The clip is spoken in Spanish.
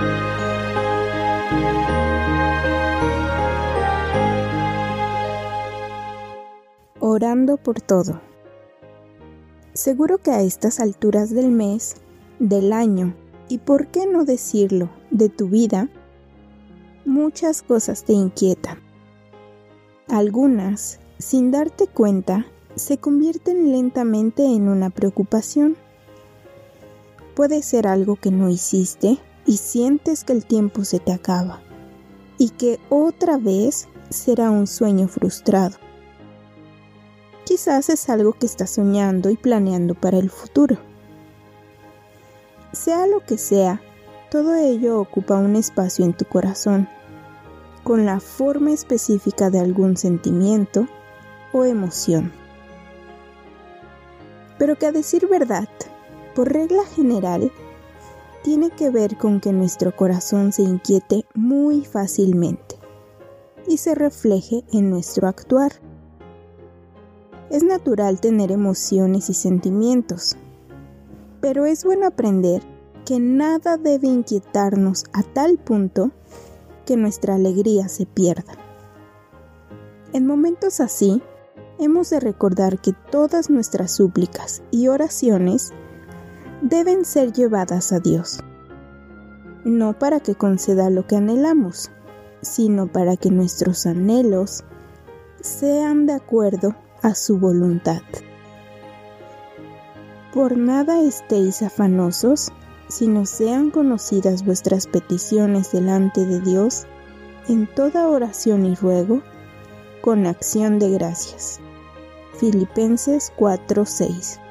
Orando por todo. Seguro que a estas alturas del mes, del año, y por qué no decirlo, de tu vida, muchas cosas te inquietan. Algunas, sin darte cuenta, se convierten lentamente en una preocupación. Puede ser algo que no hiciste y sientes que el tiempo se te acaba, y que otra vez será un sueño frustrado. Quizás es algo que estás soñando y planeando para el futuro. Sea lo que sea, todo ello ocupa un espacio en tu corazón, con la forma específica de algún sentimiento o emoción. Pero que a decir verdad, por regla general, tiene que ver con que nuestro corazón se inquiete muy fácilmente y se refleje en nuestro actuar. Es natural tener emociones y sentimientos, pero es bueno aprender que nada debe inquietarnos a tal punto que nuestra alegría se pierda. En momentos así, hemos de recordar que todas nuestras súplicas y oraciones deben ser llevadas a Dios, no para que conceda lo que anhelamos, sino para que nuestros anhelos sean de acuerdo a su voluntad. Por nada estéis afanosos, sino sean conocidas vuestras peticiones delante de Dios en toda oración y ruego, con acción de gracias. Filipenses 4:6.